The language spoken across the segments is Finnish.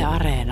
Areena.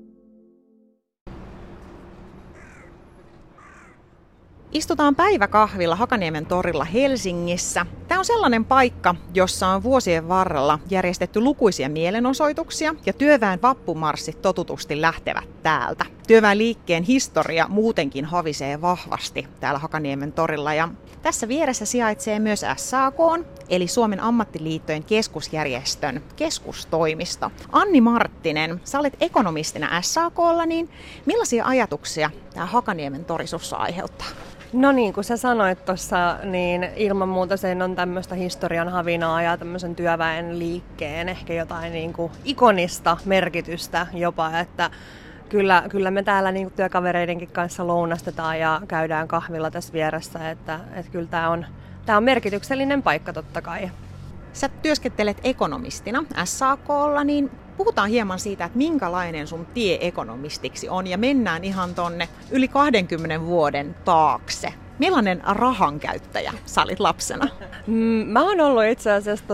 Istutaan päiväkahvilla Hakaniemen torilla Helsingissä. Tämä on sellainen paikka, jossa on vuosien varrella järjestetty lukuisia mielenosoituksia ja työväen vappumarssit totutusti lähtevät täältä. Työväenliikkeen historia muutenkin havisee vahvasti täällä Hakaniemen torilla ja tässä vieressä sijaitsee myös SAK:n eli Suomen ammattiliittojen keskusjärjestön keskustoimisto. Anni Marttinen, sä olet ekonomistina SAK:lla, niin millaisia ajatuksia tämä Hakaniemen tori sussa aiheuttaa? No niin kuin sä sanoit tuossa, niin ilman muuta sen on tämmöistä historian havinaa ja tämmöisen työväen liikkeen ehkä jotain niin kuin ikonista merkitystä jopa, että kyllä me täällä niin kuin työkavereidenkin kanssa lounastetaan ja käydään kahvilla tässä vieressä, että kyllä tämä on merkityksellinen paikka totta kai. Sä työskentelet ekonomistina SAK:lla, niin puhutaan hieman siitä, että minkälainen sun tie ekonomistiksi on ja mennään ihan tonne yli 20 vuoden taakse. Millainen rahankäyttäjä sä olit lapsena? Mä oon ollut itse asiassa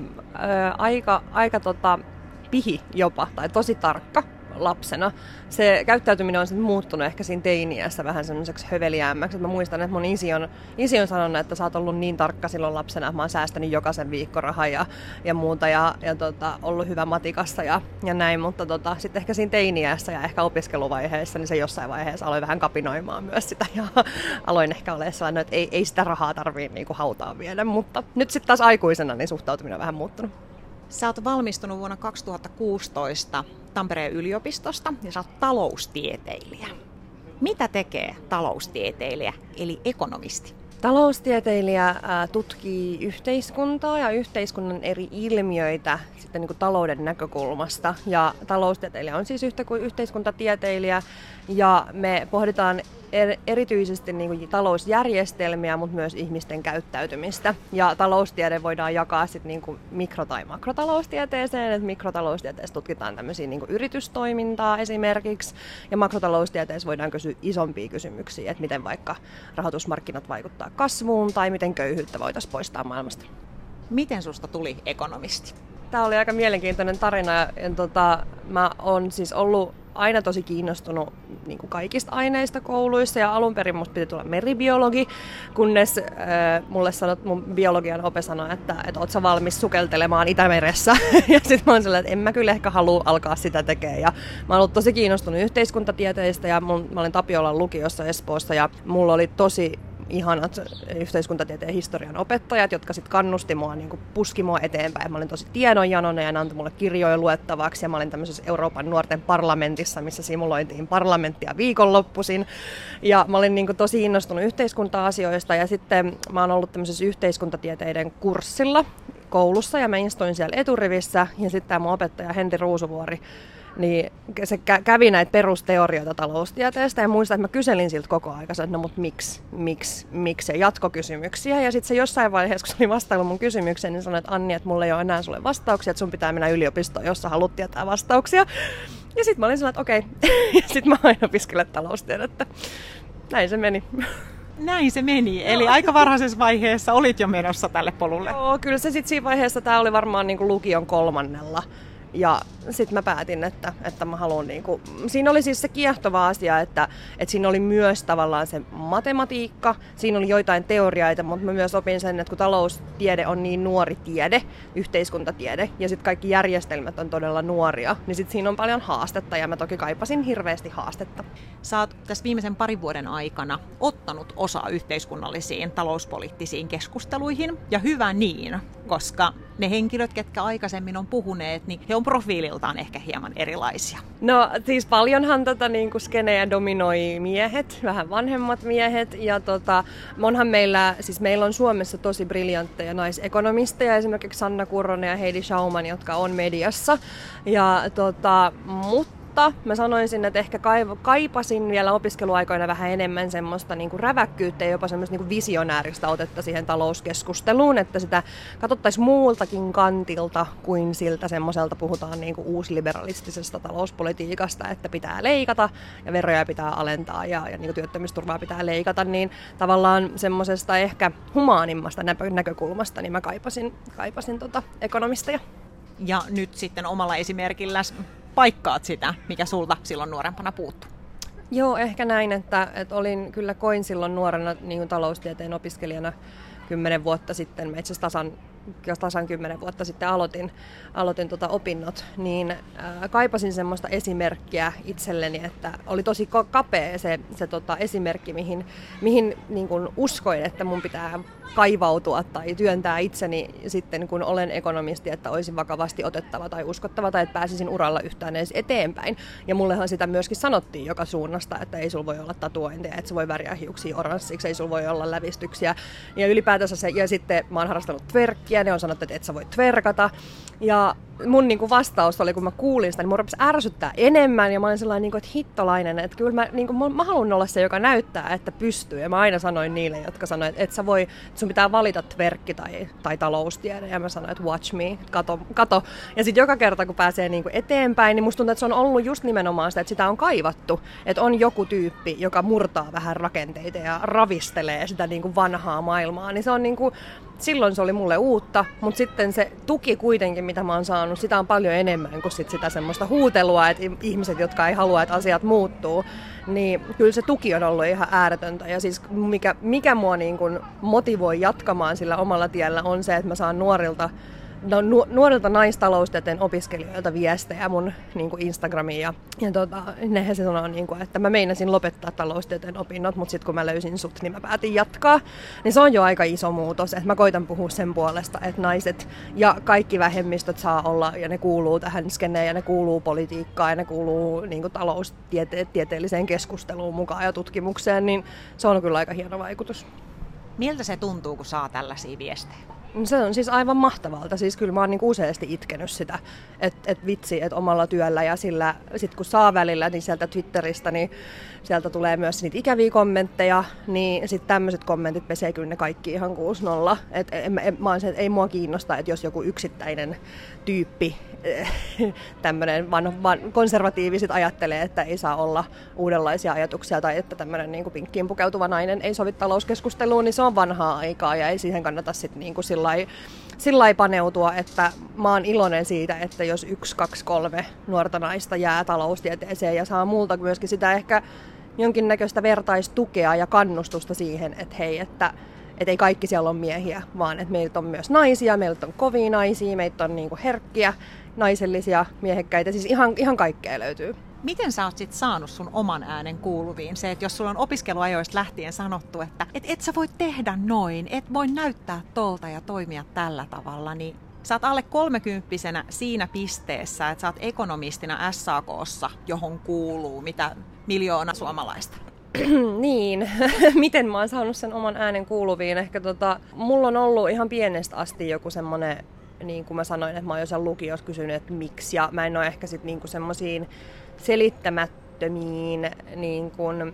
aika pihi jopa tai tosi tarkka lapsena. Se käyttäytyminen on sitten muuttunut ehkä siinä teiniässä vähän semmoiseksi höveliäämmäksi. Mä muistan, että mun isi on sanonut, että sä oot ollut niin tarkka silloin lapsena, että mä oon säästänyt jokaisen viikkorahan ja muuta ja ollut hyvä matikassa ja näin, mutta sitten ehkä siinä teiniässä ja ehkä opiskeluvaiheessa, niin se jossain vaiheessa aloin vähän kapinoimaan myös sitä ja aloin ehkä olemaan sellainen, että ei sitä rahaa tarvii niinku hautaan viedä, mutta nyt sitten taas aikuisena niin suhtautuminen on vähän muuttunut. Sä oot valmistunut vuonna 2016 Tampereen yliopistosta ja sä oot taloustieteilijä. Mitä tekee taloustieteilijä eli ekonomisti? Taloustieteilijä tutkii yhteiskuntaa ja yhteiskunnan eri ilmiöitä sitten niin kuin talouden näkökulmasta. Ja taloustieteilijä on siis yhtä kuin yhteiskuntatieteilijä ja me pohditaan erityisesti niin kuin talousjärjestelmiä, mutta myös ihmisten käyttäytymistä. Ja taloustiede voidaan jakaa sitten niin kuin mikro- tai makrotaloustieteeseen. Et mikrotaloustieteessä tutkitaan tämmöisiä niin kuin yritystoimintaa esimerkiksi. Ja makrotaloustieteessä voidaan kysyä isompia kysymyksiä, että miten vaikka rahoitusmarkkinat vaikuttaa kasvuun tai miten köyhyyttä voitaisiin poistaa maailmasta. Miten susta tuli ekonomisti? Tämä oli aika mielenkiintoinen tarina. Mä oon siis ollut aina tosi kiinnostunut niin kuin kaikista aineista kouluissa ja alun perin musta piti tulla meribiologi, kunnes mun biologian ope sanoi, että oot sä valmis sukeltelemaan Itämeressä. Ja sit mä oon sellainen, että en mä kyllä ehkä halua alkaa sitä tekemään. Ja mä oon ollut tosi kiinnostunut yhteiskuntatieteistä ja mä olin Tapiolan lukiossa Espoossa ja mulla oli tosi ihanat yhteiskuntatieteen historian opettajat, jotka sitten kannusti mua, niin puski mua eteenpäin. Mä olin tosi tiedonjanoinen ja ne antoi mulle kirjoja luettavaksi ja mä olin tämmöisessä Euroopan nuorten parlamentissa, missä simuloitiin parlamenttia viikonloppuisin. Ja mä olin niin tosi innostunut yhteiskunta-asioista ja sitten mä oon ollut tämmöisessä yhteiskuntatieteiden kurssilla koulussa ja mä istuin siellä eturivissä ja sitten tämä mun opettaja Henri Ruusuvuori niin se kävi näitä perusteorioita taloustieteestä ja muistan, että mä kyselin siltä koko ajan, että no mut miksi ja jatkokysymyksiä. Ja sitten se jossain vaiheessa, kun se oli vastaillut mun kysymykseen, niin sanoi, että Anni, että mulla ei ole enää sulle vastauksia, että sun pitää mennä yliopistoon, jos sä haluat tietää vastauksia. Ja sitten mä olin sellainen, että okei. Ja sitten mä aina opiskelen taloustiedettä. Näin se meni. Näin se meni. Eli aika varhaisessa vaiheessa olit jo menossa tälle polulle. Joo, kyllä se sitten siinä vaiheessa, tää oli varmaan niin kuin lukion 3. Ja sitten mä päätin, että mä haluan niinku. Siinä oli siis se kiehtova asia, että siinä oli myös tavallaan se matematiikka, siinä oli joitain teorioita, mutta mä myös opin sen, että kun taloustiede on niin nuori tiede, yhteiskuntatiede, ja sitten kaikki järjestelmät on todella nuoria, niin sitten siinä on paljon haastetta, ja mä toki kaipasin hirveästi haastetta. Sä oot tässä viimeisen 2 vuoden aikana ottanut osaa yhteiskunnallisiin talouspoliittisiin keskusteluihin, ja hyvä niin, koska ne henkilöt, ketkä aikaisemmin on puhuneet, niin he on profiililtaan ehkä hieman erilaisia. No siis paljonhan niin kuin skenejä dominoi miehet, vähän vanhemmat miehet. Ja onhan meillä on Suomessa tosi briljantteja naisekonomisteja, esimerkiksi Sanna Kurronen ja Heidi Schauman, jotka on mediassa. Ja mutta mä sanoisin, että ehkä kaipasin vielä opiskeluaikoina vähän enemmän semmoista niin kuin räväkkyyttä ja jopa semmoista niin kuin visionääristä otetta siihen talouskeskusteluun, että sitä katsottaisiin muultakin kantilta kuin siltä semmoiselta puhutaan niin kuin uusliberalistisesta talouspolitiikasta, että pitää leikata ja veroja pitää alentaa ja niin kuin työttömyysturvaa pitää leikata, niin tavallaan semmoisesta ehkä humaanimmasta näkökulmasta niin mä kaipasin ekonomisteja. Ja nyt sitten omalla esimerkilläsi paikkaat sitä, mikä sulta silloin nuorempana puuttuu. Joo, ehkä näin, että koin silloin nuorena niin taloustieteen opiskelijana 10 vuotta sitten, mä itse asiassa tasan 10 vuotta sitten aloitin opinnot, niin kaipasin semmoista esimerkkiä itselleni, että oli tosi kapea se esimerkki, mihin niin kuin uskoin, että mun pitää kaivautua tai työntää itseni sitten, kun olen ekonomisti, että olisin vakavasti otettava tai uskottava tai että pääsisin uralla yhtään edes eteenpäin. Ja mullehan sitä myöskin sanottiin joka suunnasta, että ei sulla voi olla tatuointeja, että se voi väriä hiuksia oranssiksi, ei sulla voi olla lävistyksiä. Ja ylipäätänsä se, ja sitten mä oon harrastanut twerkkiä, ne on sanottu, että et sä voi twerkata. Ja mun niin kuin vastaus oli, kun mä kuulin sitä, niin mun rupesi ärsyttää enemmän ja mä olin sellainen, niin kuin, että hittolainen, että kyllä mä haluan olla se, joka näyttää, että pystyy. Ja mä aina sanoin niille, jotka sanoivat, että et sä voi, että sun pitää valita twerkki tai taloustiede. Ja mä sanoin, että watch me, kato. Ja sitten joka kerta, kun pääsee niin kuin eteenpäin, niin musta tuntuu, että se on ollut just nimenomaan sitä, että sitä on kaivattu. Että on joku tyyppi, joka murtaa vähän rakenteita ja ravistelee sitä niin kuin vanhaa maailmaa. Niin se on niin kuin, silloin se oli mulle uutta, mutta sitten se tuki kuitenkin, mitä mä oon saanut, sitä on paljon enemmän kuin sitä semmoista huutelua, että ihmiset, jotka ei halua, että asiat muuttuu, niin kyllä se tuki on ollut ihan ääretöntä. Ja siis mikä mua niin kuin motivoi jatkamaan sillä omalla tiellä on se, että mä saan nuorilta naistaloustieteen opiskelijoilta viestejä mun niin kuin Instagramiin ja nehän se sanoo, niin kuin, että mä meinasin lopettaa taloustieteen opinnot, mutta sitten kun mä löysin sut, niin mä päätin jatkaa. Niin se on jo aika iso muutos, että mä koitan puhua sen puolesta, että naiset ja kaikki vähemmistöt saa olla ja ne kuuluu tähän skeneen ja ne kuuluu politiikkaan ja ne kuuluu niin kuin taloustieteelliseen keskusteluun mukaan ja tutkimukseen, niin se on kyllä aika hieno vaikutus. Miltä se tuntuu, kun saa tällaisia viestejä? Se on siis aivan mahtavalta. Siis kyllä mä oon niinku useasti itkenyt sitä, että vitsi, että omalla työllä ja sillä, sit kun saa välillä, niin sieltä Twitteristä, niin sieltä tulee myös niitä ikäviä kommentteja, niin sitten tämmöiset kommentit pesee kyllä ne kaikki ihan 6-0. Mä oon se, että ei mua kiinnosta, että jos joku yksittäinen tyyppi, tämmöinen konservatiiviset ajattelee, että ei saa olla uudenlaisia ajatuksia tai että tämmöinen niin kuin pinkkiin pukeutuva nainen ei sovi talouskeskusteluun, niin se on vanhaa aikaa ja ei siihen kannata sitten niin kuin sillai paneutua, että mä oon iloinen siitä, että jos 1, 2, 3 nuorta naista jää taloustieteeseen ja saa multa myöskin sitä ehkä jonkinnäköistä vertaistukea ja kannustusta siihen, että hei, että ei kaikki siellä ole miehiä, vaan että meiltä on myös naisia, meiltä on kovia naisia, meiltä on niinku herkkiä, naisellisia, miehekkäitä, siis ihan kaikkea löytyy. Miten sä oot sit saanut sun oman äänen kuuluviin? Se, että jos sulla on opiskeluajoista lähtien sanottu, että et sä voi tehdä noin, et voi näyttää tolta ja toimia tällä tavalla, niin sä oot alle 30-vuotiaana siinä pisteessä, että sä oot ekonomistina SAK:ssa, johon kuuluu mitä 1 000 000 suomalaista. Niin, miten mä oon saanut sen oman äänen kuuluviin? Ehkä mulla on ollut ihan pienestä asti joku semmonen, niin kuin mä sanoin, että mä oon jossain lukiossa kysynyt, että miksi, ja mä en ole ehkä sit niinku semmosiin selittämättömiin niin kuin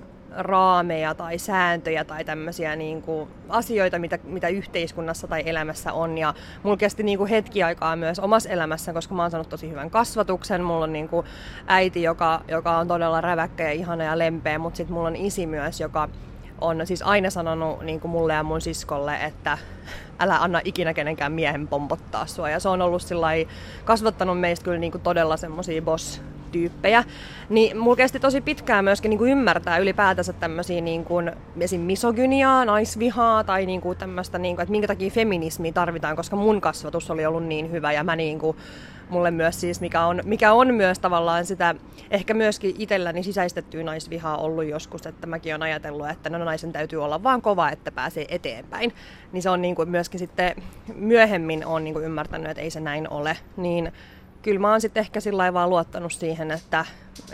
raameja tai sääntöjä tai tämmöisiä niin kuin asioita, mitä yhteiskunnassa tai elämässä on. Ja mulla kesti niin kuin hetki aikaa myös omassa elämässä, koska mä oon saanut tosi hyvän kasvatuksen. Mulla on niin kuin äiti, joka on todella räväkkä ja ihana ja lempeä, mutta sitten mulla on isi myös, joka on siis aina sanonut niin kuin mulle ja mun siskolle, että älä anna ikinä kenenkään miehen pompottaa sua. Ja se on ollut sillai, kasvattanut meistä kyllä niin kuin todella semmosia boss-tyyppejä. Niin mulla kesti tosi pitkään myöskin niin kuin ymmärtää ylipäätänsä tämmöisiä niin kuin esim. Misogyniaa, naisvihaa tai niin kuin tämmöistä, niin kuin, että minkä takia feminismiä tarvitaan, koska mun kasvatus oli ollut niin hyvä ja mä niin kuin, mulle myös siis, mikä on myös tavallaan sitä, ehkä myöskin itselläni sisäistettyä naisvihaa ollut joskus, että mäkin olen ajatellut, että naisen täytyy olla vaan kova, että pääsee eteenpäin. Niin se on niin kuin myöskin sitten myöhemmin on niin kuin ymmärtänyt, että ei se näin ole. Niin kyllä mä oon sitten ehkä sillä lailla vaan luottanut siihen, että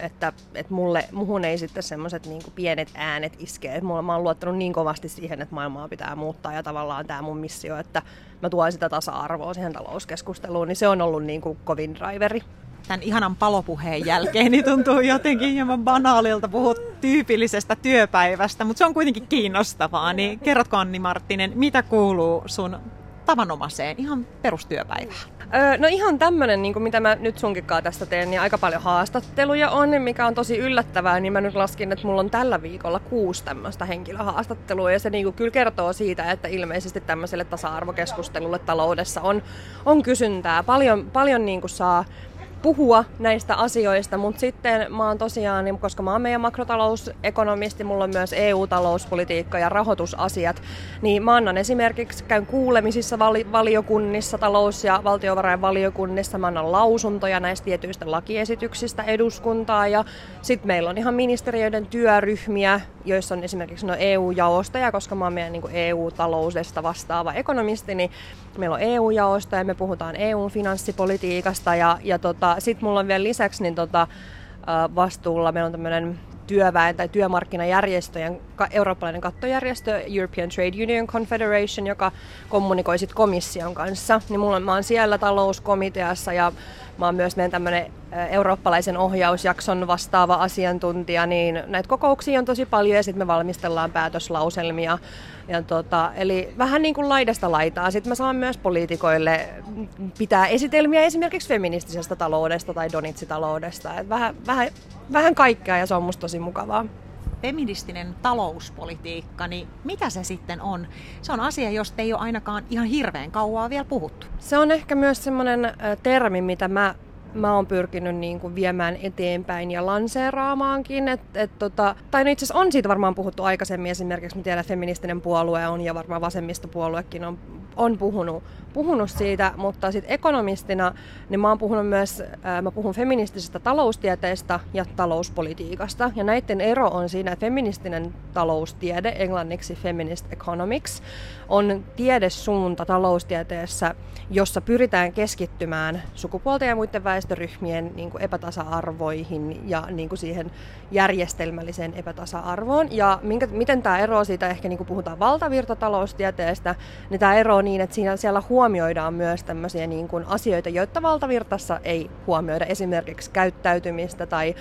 muhun ei sitten semmoiset niin kuin pienet äänet iskee. Mä oon luottanut niin kovasti siihen, että maailmaa pitää muuttaa ja tavallaan tämä mun missio, että mä tuon sitä tasa-arvoa siihen talouskeskusteluun, niin se on ollut niin kuin kovin driveri. Tämän ihanan palopuheen jälkeen niin tuntuu jotenkin hieman banaalilta puhua tyypillisestä työpäivästä, mutta se on kuitenkin kiinnostavaa. Niin kerrotko Anni Marttinen, mitä kuuluu sun tavanomaiseen ihan perustyöpäivään? No ihan tämmönen, niin kuin mitä mä nyt sunkinkaan tästä teen, niin aika paljon haastatteluja on, mikä on tosi yllättävää, niin mä nyt laskin, että mulla on tällä viikolla 6 tämmöistä henkilöhaastattelua, ja se niin kuin kyllä kertoo siitä, että ilmeisesti tämmöiselle tasa-arvokeskustelulle taloudessa on kysyntää. Paljon niin kuin saa puhua näistä asioista, mutta sitten mä oon tosiaan, niin koska mä oon meidän makrotalousekonomisti, mulla on myös EU-talouspolitiikka ja rahoitusasiat, niin mä annan esimerkiksi, käyn kuulemisissa valiokunnissa, talous- ja valtiovarainvaliokunnissa, mä annan lausuntoja näistä tietyistä lakiesityksistä eduskuntaa ja sitten meillä on ihan ministeriöiden työryhmiä, joissa on esimerkiksi EU-jaostaja, koska mä oon meidän niin kuin EU-taloudesta vastaava ekonomisti, niin meillä on EU-jaosta ja me puhutaan EU-finanssipolitiikasta ja sitten mulla on vielä lisäksi niin vastuulla, meillä on tämmöinen työväen tai työmarkkinajärjestöjen eurooppalainen kattojärjestö European Trade Union Confederation, joka kommunikoi sit komission kanssa. Niin mä oon siellä talouskomiteassa ja mä oon myös meidän tämmöinen eurooppalaisen ohjausjakson vastaava asiantuntija, niin näitä kokouksia on tosi paljon ja sitten me valmistellaan päätöslauselmia. Ja eli vähän niin kuin laidasta laitaa. Sitten mä saan myös poliitikoille pitää esitelmiä esimerkiksi feministisestä taloudesta tai donitsitaloudesta. Vähän kaikkea ja se on musta tosi mukavaa. Feministinen talouspolitiikka, niin mitä se sitten on? Se on asia, josta ei ole ainakaan ihan hirveän kauaa vielä puhuttu. Se on ehkä myös semmoinen termi, mitä mä oon pyrkinyt niin kuin viemään eteenpäin ja lanseeraamaankin. Tai no itse asiassa on siitä varmaan puhuttu aikaisemmin. Esimerkiksi mä tiedän, että feministinen puolue on ja varmaan vasemmistopuoluekin on puhunut siitä, mutta sitten ekonomistina niin mä puhun feministisestä taloustieteestä ja talouspolitiikasta. Ja näiden ero on siinä, että feministinen taloustiede, englanniksi feminist economics, on tiedesuunta taloustieteessä, jossa pyritään keskittymään sukupuolten ja muiden väestöryhmien niin kuin epätasa-arvoihin ja niin kuin siihen järjestelmälliseen epätasa-arvoon. Ja miten tämä eroaa siitä, ehkä niin kuin puhutaan valtavirtataloustieteestä, niin tämä eroaa niin, että siellä huomioidaan myös tämmöisiä niin kuin asioita, joita valtavirtassa ei huomioida, esimerkiksi käyttäytymistä tai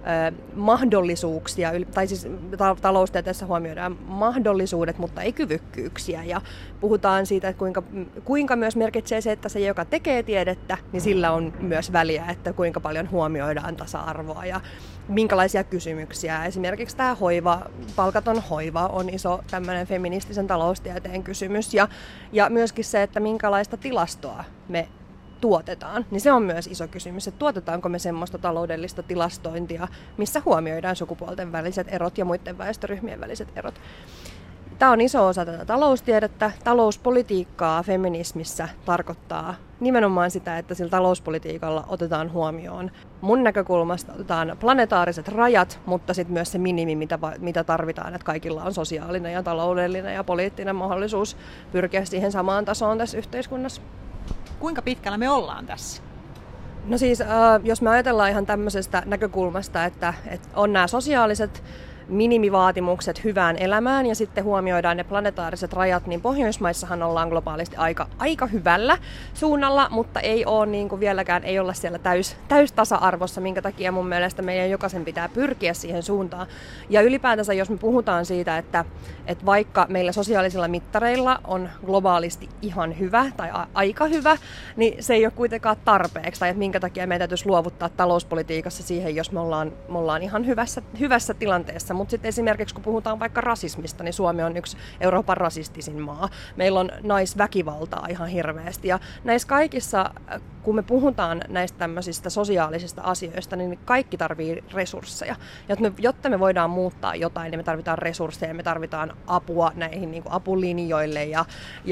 mahdollisuuksia, tai siis taloustieteessä huomioidaan mahdollisuudet, mutta ei kyvykkyyksiä. Ja puhutaan siitä, että kuinka myös merkitsee se, että se, joka tekee tiedettä, niin sillä on myös väliä, että kuinka paljon huomioidaan tasa-arvoa ja minkälaisia kysymyksiä. Esimerkiksi tämä palkaton hoiva on iso tämmöinen feministisen taloustieteen kysymys ja myöskin se, että minkälaista tilastoa me tuotetaan, niin se on myös iso kysymys, että tuotetaanko me semmoista taloudellista tilastointia, missä huomioidaan sukupuolten väliset erot ja muiden väestöryhmien väliset erot. Tämä on iso osa tätä taloustiedettä. Talouspolitiikkaa feminismissä tarkoittaa nimenomaan sitä, että sillä talouspolitiikalla otetaan huomioon. Mun näkökulmasta otetaan planetaariset rajat, mutta sitten myös se minimi, mitä tarvitaan, että kaikilla on sosiaalinen ja taloudellinen ja poliittinen mahdollisuus pyrkiä siihen samaan tasoon tässä yhteiskunnassa. Kuinka pitkällä me ollaan tässä? No siis, jos me ajatellaan ihan tämmöisestä näkökulmasta, että on nämä sosiaaliset minimivaatimukset hyvään elämään ja sitten huomioidaan ne planetaariset rajat, niin Pohjoismaissahan ollaan globaalisti aika hyvällä suunnalla, mutta ei ole niin kuin vieläkään, ei olla siellä täystasa-arvossa, minkä takia mun mielestä meidän jokaisen pitää pyrkiä siihen suuntaan. Ja ylipäätänsä, jos me puhutaan siitä, että vaikka meillä sosiaalisilla mittareilla on globaalisti ihan hyvä tai aika hyvä, niin se ei ole kuitenkaan tarpeeksi, tai että minkä takia meidän täytyisi luovuttaa talouspolitiikassa siihen, jos me ollaan ihan hyvässä tilanteessa. Mutta sitten esimerkiksi kun puhutaan vaikka rasismista, niin Suomi on yksi Euroopan rasistisin maa. Meillä on naisväkivaltaa ihan hirveästi. Ja näissä kaikissa, kun me puhutaan näistä tämmöisistä sosiaalisista asioista, niin kaikki tarvii resursseja. Jotta me voidaan muuttaa jotain, niin me tarvitaan resursseja, me tarvitaan apua näihin niin kuin apulinjoille ja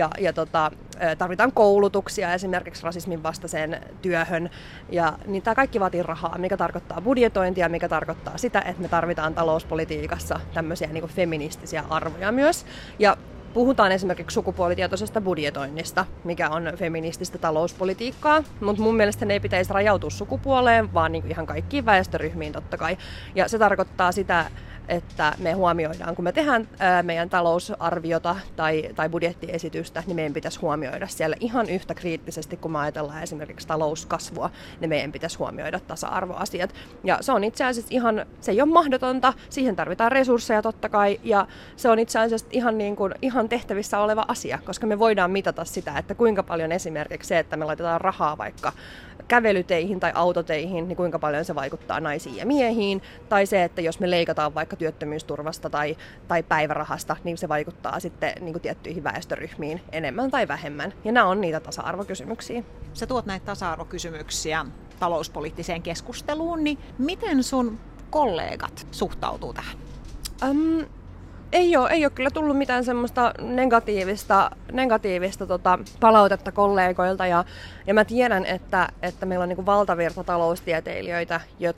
tarvitaan koulutuksia esimerkiksi rasismin vastaiseen työhön. Ja niin tämä kaikki vaatii rahaa, mikä tarkoittaa budjetointia, mikä tarkoittaa sitä, että me tarvitaan talouspolitiikassa tämmöisiä niin kuin feministisiä arvoja myös. Ja puhutaan esimerkiksi sukupuolitietoisesta budjetoinnista, mikä on feminististä talouspolitiikkaa, mutta mun mielestä ne ei pitäisi rajautua sukupuoleen, vaan niin kuin ihan kaikkiin väestöryhmiin totta kai. Ja se tarkoittaa sitä, että me huomioidaan, kun me tehdään meidän talousarviota tai budjettiesitystä, niin meidän pitäisi huomioida siellä ihan yhtä kriittisesti, kun me ajatellaan esimerkiksi talouskasvua, niin meidän pitäisi huomioida tasa-arvoasiat. Ja se on itse asiassa se ei ole mahdotonta, siihen tarvitaan resursseja totta kai, ja se on itse asiassa ihan tehtävissä oleva asia, koska me voidaan mitata sitä, että kuinka paljon esimerkiksi se, että me laitetaan rahaa vaikka kävelyteihin tai autoteihin, niin kuinka paljon se vaikuttaa naisiin ja miehiin, tai se, että jos me leikataan vaikka työttömyysturvasta tai päivärahasta, niin se vaikuttaa sitten niin kuin tiettyihin väestöryhmiin enemmän tai vähemmän. Ja nämä on niitä tasa-arvokysymyksiä. Sä tuot näitä tasa-arvokysymyksiä talouspoliittiseen keskusteluun, niin miten sun kollegat suhtautuu tähän? Ei ole kyllä tullut mitään semmoista negatiivista palautetta kollegoilta ja mä tiedän, että meillä on niin kuin valtavirta taloustieteilijöitä,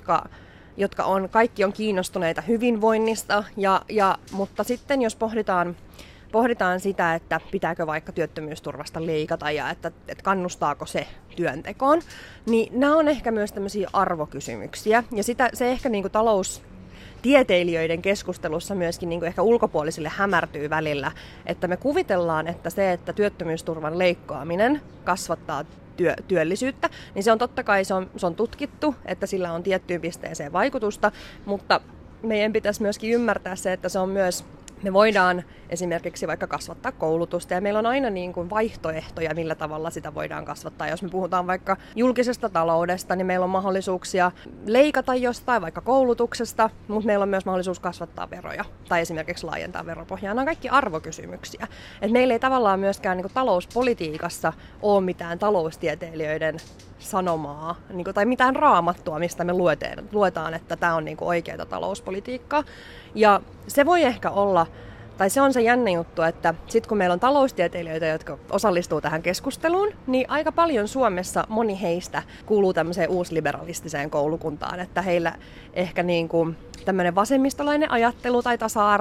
jotka kaikki on kiinnostuneita hyvinvoinnista, mutta sitten jos pohditaan sitä, että pitääkö vaikka työttömyysturvasta leikata ja että kannustaako se työntekoon, niin nämä on ehkä myös tämmöisiä arvokysymyksiä ja se ehkä niin kuin taloustieteilijöiden keskustelussa myöskin niin kuin ehkä ulkopuolisille hämärtyy välillä, että me kuvitellaan, että se, että työttömyysturvan leikkaaminen kasvattaa työllisyyttä, niin se on totta kai se on tutkittu, että sillä on tiettyyn pisteeseen vaikutusta, mutta meidän pitäisi myöskin ymmärtää se, että se on myös, me voidaan esimerkiksi vaikka kasvattaa koulutusta ja meillä on aina niin kuin vaihtoehtoja, millä tavalla sitä voidaan kasvattaa. Jos me puhutaan vaikka julkisesta taloudesta, niin meillä on mahdollisuuksia leikata jostain, vaikka koulutuksesta, mutta meillä on myös mahdollisuus kasvattaa veroja tai esimerkiksi laajentaa veropohjaa. Nämä on kaikki arvokysymyksiä. Et meillä ei tavallaan myöskään niin kuin talouspolitiikassa ole mitään taloustieteilijöiden sanomaa tai mitään raamattua, mistä me luetaan, että tämä on niin kuin oikeaa talouspolitiikkaa. Ja se voi ehkä olla, tai se on se jännä juttu, että sitten kun meillä on taloustieteilijöitä, jotka osallistuu tähän keskusteluun, niin aika paljon Suomessa moni heistä kuuluu tämmöiseen uusliberalistiseen koulukuntaan, että heillä ehkä niin kuin tämmöinen vasemmistolainen ajattelu tai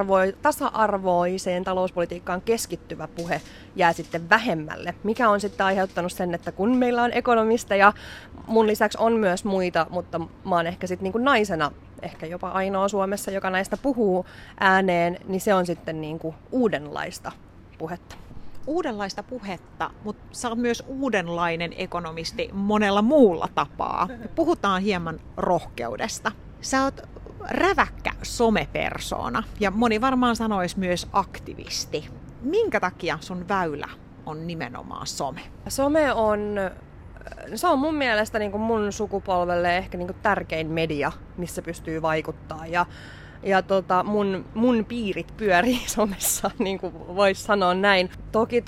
tasa-arvoiseen talouspolitiikkaan keskittyvä puhe jää sitten vähemmälle, mikä on sitten aiheuttanut sen, että kun meillä on ekonomisteja, mun lisäksi on myös muita, mutta mä oon ehkä sitten niin kuin naisena ehkä jopa ainoa Suomessa, joka näistä puhuu ääneen, niin se on sitten niin kuin uudenlaista puhetta. Uudenlaista puhetta, mutta sä oot myös uudenlainen ekonomisti monella muulla tapaa. Puhutaan hieman rohkeudesta. Sä oot räväkkä somepersona ja moni varmaan sanoisi myös aktivisti. Minkä takia sun väylä on nimenomaan some? Se on mun mielestä niin kuin mun sukupolvelle ehkä niin kuin tärkein media, missä pystyy vaikuttaa. Ja mun piirit pyörii somessa, niin kuin voisi sanoa näin. Toki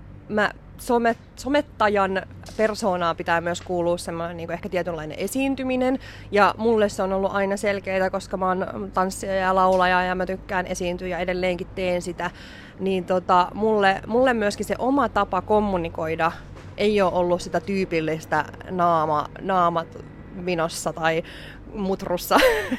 somettajan persoonaa pitää myös kuulua semmoinen niin kuin ehkä tietynlainen esiintyminen. Ja mulle se on ollut aina selkeää, koska mä oon tanssija ja laulaja ja mä tykkään esiintyä ja edelleenkin teen sitä. Niin mulle myöskin se oma tapa kommunikoida ei ole ollut sitä tyypillistä naamat vinossa tai mutrussa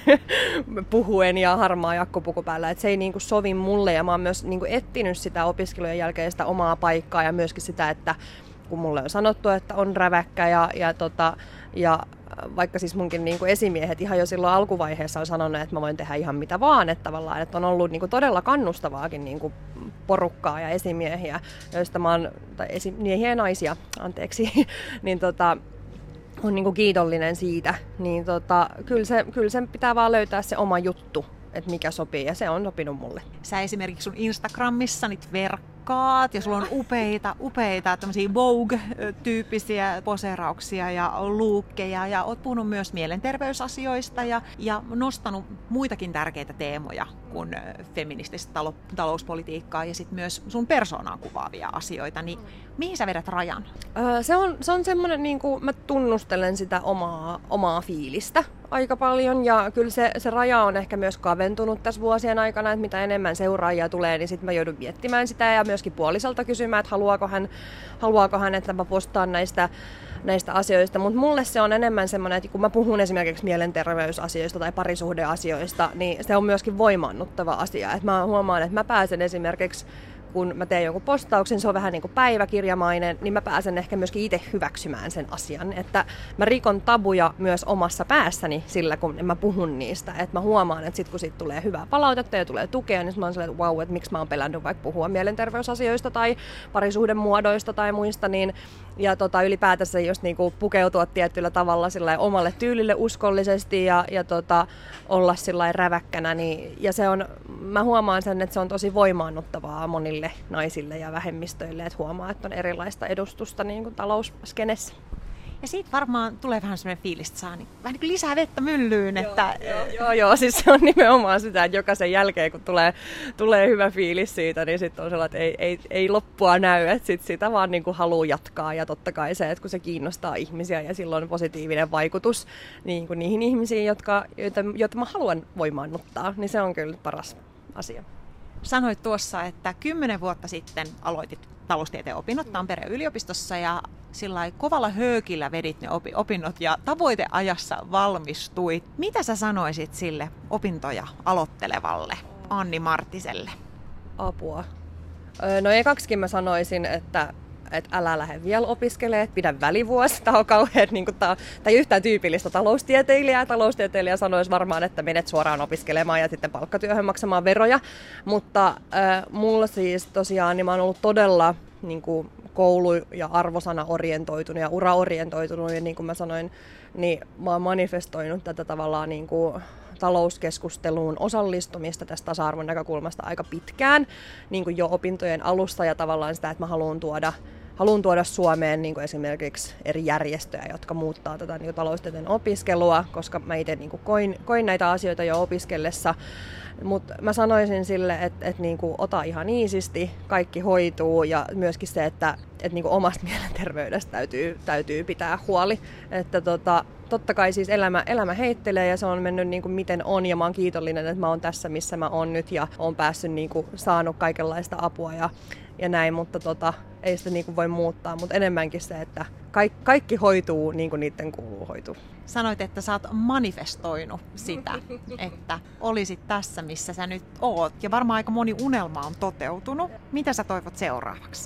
puhuen ja harmaa jakkupuku päällä. Et se ei niinku sovi mulle ja mä oon myös niinku etsinyt sitä opiskelujen jälkeen sitä omaa paikkaa ja myöskin sitä, että kun mulle on sanottu, että on räväkkä ja vaikka siis munkin niinku esimiehet ihan jo silloin alkuvaiheessa on sanonut, että mä voin tehdä ihan mitä vaan, että tavallaan että on ollut niinku todella kannustavaakin niinku porukkaa ja esimiehiä, joista mä oon, tai esimiehiä ja naisia, anteeksi, niin on niinku kiitollinen siitä, niin kyllä se pitää vaan löytää se oma juttu, että mikä sopii, ja se on sopinut mulle. Sä esimerkiksi sun Instagramissa nyt verkkaat, ja sulla on upeita tämmöisiä Vogue-tyyppisiä poseerauksia ja luukkeja, ja oot puhunut myös mielenterveysasioista ja nostanut muitakin tärkeitä teemoja kuin feminististä talouspolitiikkaa ja sitten myös sun persoonaan kuvaavia asioita, niin mihin sä vedät rajan? Se on semmoinen, niin kuin mä tunnustelen sitä omaa fiilistä aika paljon, ja kyllä se raja on ehkä myös kaventunut tässä vuosien aikana, että mitä enemmän seuraajia tulee, niin sitten mä joudun miettimään sitä ja myöskin puolisolta kysymään, että haluaako hän, että mä postaan näistä asioista, mutta mulle se on enemmän semmoinen, että kun mä puhun esimerkiksi mielenterveysasioista tai parisuhdeasioista, niin se on myöskin voimaannuttava asia. Että mä huomaan, että mä pääsen esimerkiksi, kun mä teen jonkun postauksen, se on vähän niin kuin päiväkirjamainen, niin mä pääsen ehkä myöskin itse hyväksymään sen asian. Että mä rikon tabuja myös omassa päässäni sillä, kun mä puhun niistä. Että mä huomaan, että sit kun siitä tulee hyvää palautetta ja tulee tukea, niin mä oon sellainen, että wow, että miksi mä oon pelännyt vaikka puhua mielenterveysasioista tai parisuhdemuodoista tai muista, niin ja ylipäätänsä just niinku pukeutua tietyllä tavalla omalle tyylille uskollisesti ja olla räväkkänä. Niin, ja mä huomaan sen, että se on tosi voimaannuttavaa monille naisille ja vähemmistöille, että huomaa, että on erilaista edustusta niin kuin talousskenessä. Ja siitä varmaan tulee vähän semmoinen fiilis, että saa vähän niin kuin lisää vettä myllyyn. Joo, siis se on nimenomaan sitä, että jokaisen jälkeen kun tulee hyvä fiilis siitä, niin sitten on sellainen, että ei loppua näy, että sit sitä vaan niin kuin haluaa jatkaa. Ja totta kai se, että kun se kiinnostaa ihmisiä ja silloin on positiivinen vaikutus niin kuin niihin ihmisiin, joita mä haluan voimaannuttaa, niin se on kyllä paras asia. Sanoit tuossa, että 10 vuotta sitten aloitit taloustieteen opinnot Tampereen yliopistossa ja sillä kovalla höökillä vedit ne opinnot ja tavoiteajassa valmistuit. Mitä sä sanoisit sille opintoja aloittelevalle Anni Marttiselle? Apua. No ekaksikin mä sanoisin, että älä lähde vielä opiskelemaan, pidä välivuosi. Tämä on kauhean, tämä ei yhtään tyypillistä taloustieteilijää. Taloustieteilijä sanoisi varmaan, että menet suoraan opiskelemaan ja sitten palkkatyöhön maksamaan veroja. Mutta mulla siis tosiaan, niin mä oon ollut todella koulu- ja arvosana-orientoitunut ja ura-orientoitunut. Ja niin kuin mä sanoin, niin mä oon manifestoinut tätä tavallaan talouskeskusteluun osallistumista tästä tasa-arvon näkökulmasta aika pitkään, niin kuin jo opintojen alusta ja tavallaan sitä, että mä haluan tuoda Suomeen niin kuin esimerkiksi eri järjestöjä, jotka muuttaa tätä niin kuin taloustieteen opiskelua, koska mä itse niin kuin koin näitä asioita jo opiskellessa. Mutta mä sanoisin sille, että niin kuin ota ihan iisisti, kaikki hoituu ja myöskin se, että niin kuin omasta mielenterveydestä täytyy pitää huoli. Että totta kai siis elämä heittelee ja se on mennyt niin kuin miten on ja mä oon kiitollinen, että mä oon tässä missä mä oon nyt ja oon päässyt niin kuin saanut kaikenlaista apua ja näin, mutta ei sitä niin kuin voi muuttaa, mutta enemmänkin se, että kaikki hoituu niin kuin niiden kuuluu hoituu. Sanoit, että sä oot manifestoinut sitä, että olisit tässä, missä sä nyt oot. Ja varmaan aika moni unelma on toteutunut. Mitä sä toivot seuraavaksi?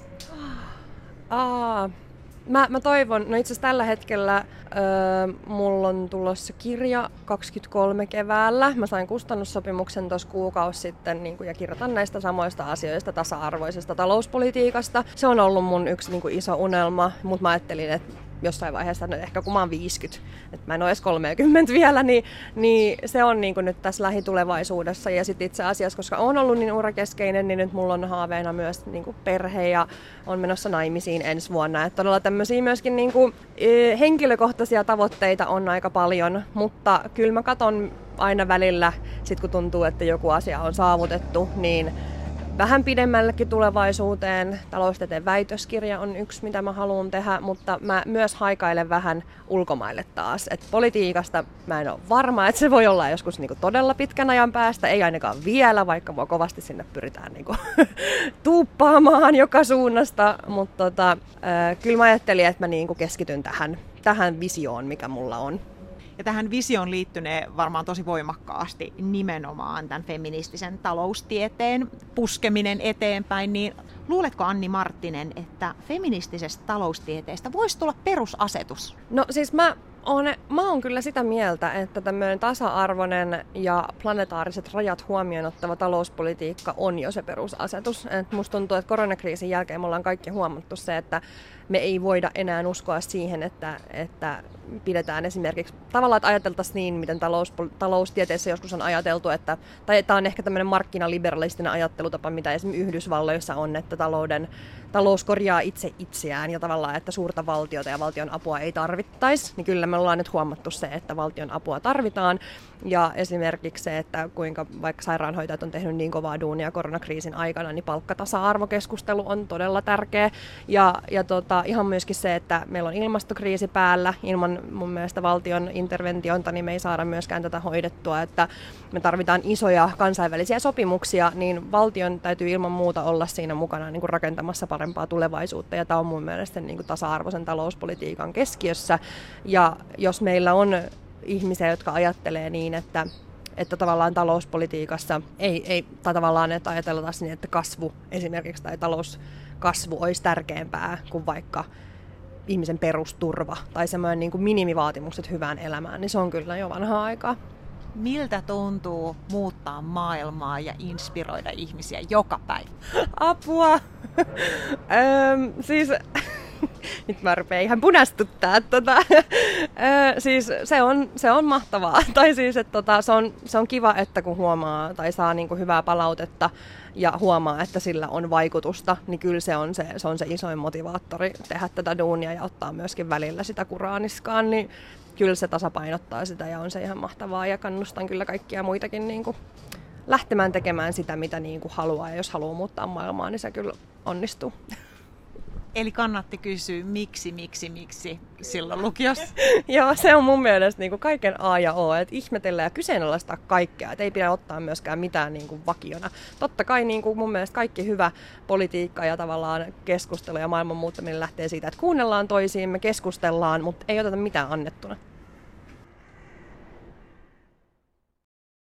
Mä toivon, no itse asiassa tällä hetkellä mulla on tulossa kirja 23 keväällä. Mä sain kustannussopimuksen tuossa kuukausi sitten ja kirjoitan näistä samoista asioista, tasa-arvoisesta talouspolitiikasta. Se on ollut mun yksi iso unelma, mutta mä ajattelin, että jossain vaiheessa, ehkä kun mä oon 50, että mä en ole edes 30 vielä, niin se on nyt tässä lähitulevaisuudessa. Ja sitten itse asiassa, koska on ollut niin urakeskeinen, niin nyt mulla on haaveena myös perhe ja on menossa naimisiin ensi vuonna. Että todella tämmöisiä myöskin henkilökohtaisia tavoitteita on aika paljon, mutta kyllä mä katon aina välillä, sit kun tuntuu, että joku asia on saavutettu, niin vähän pidemmällekin tulevaisuuteen. Taloustieteen väitöskirja on yksi, mitä mä haluan tehdä, mutta mä myös haikailen vähän ulkomaille taas. Et politiikasta mä en ole varma, että se voi olla joskus todella pitkän ajan päästä, ei ainakaan vielä, vaikka mua kovasti sinne pyritään tuuppaamaan joka suunnasta. Mutta kyllä mä ajattelin, että mä keskityn tähän visioon, mikä mulla on. Ja tähän visioon liittynee varmaan tosi voimakkaasti nimenomaan tämän feministisen taloustieteen puskeminen eteenpäin. Niin luuletko, Anni Marttinen, että feministisestä taloustieteestä voisi tulla perusasetus? No siis mä oon kyllä sitä mieltä, että tämmöinen tasa-arvoinen ja planetaariset rajat huomioon ottava talouspolitiikka on jo se perusasetus. Et musta tuntuu, että koronakriisin jälkeen me ollaan kaikki huomattu se, että me ei voida enää uskoa siihen, että pidetään esimerkiksi tavallaan, että ajateltaisiin niin, miten taloustieteessä joskus on ajateltu, tai tämä on ehkä tämmöinen markkinaliberalistinen ajattelutapa, mitä esimerkiksi Yhdysvalloissa on, että talous korjaa itse itseään ja tavallaan, että suurta valtiota ja valtion apua ei tarvittaisi, niin kyllä me ollaan nyt huomattu se, että valtion apua tarvitaan. Ja esimerkiksi se, että kuinka vaikka sairaanhoitajat on tehnyt niin kovaa duunia koronakriisin aikana, niin palkkatasa-arvokeskustelu on todella tärkeä. Ja ihan myöskin se, että meillä on ilmastokriisi päällä. Ilman mun mielestä valtion interventionta niin me ei saada myöskään tätä hoidettua, että me tarvitaan isoja kansainvälisiä sopimuksia, niin valtion täytyy ilman muuta olla siinä mukana rakentamassa parempaa tulevaisuutta. Ja tämä on mun mielestä tasa-arvoisen talouspolitiikan keskiössä. Ja jos meillä on ihmisiä, jotka ajattelee niin, että tavallaan talouspolitiikassa tai tavallaan, että ajatellaan niin, että kasvu esimerkiksi tai talouskasvu olisi tärkeämpää kuin vaikka ihmisen perusturva tai semmoinen minimivaatimukset hyvään elämään, niin se on kyllä jo vanhaa aikaa. Miltä tuntuu muuttaa maailmaa ja inspiroida ihmisiä joka päivä? Apua! Siis Nyt mä rupean ihan punastuttaa. Siis se on mahtavaa. Tai siis, että se on kiva, että kun huomaa tai saa niinku hyvää palautetta ja huomaa, että sillä on vaikutusta, niin kyllä se on se isoin motivaattori tehdä tätä duunia ja ottaa myöskin välillä sitä kuraaniskaan, niin kyllä se tasapainottaa sitä ja on se ihan mahtavaa ja kannustan kyllä kaikkia muitakin niinku lähtemään tekemään sitä, mitä niinku haluaa ja jos haluaa muuttaa maailmaa, niin se kyllä onnistuu. Eli kannatti kysyä, miksi silloin lukiossa? Joo, se on mun mielestä niin kuin kaiken A ja O, että ihmetellään ja kyseenalaistaa kaikkea, että ei pidä ottaa myöskään mitään niin kuin vakiona. Totta kai niin kuin mun mielestä kaikki hyvä politiikka ja tavallaan keskustelu ja maailman muuttaminen lähtee siitä, että kuunnellaan toisiimme, keskustellaan, mutta ei oteta mitään annettuna.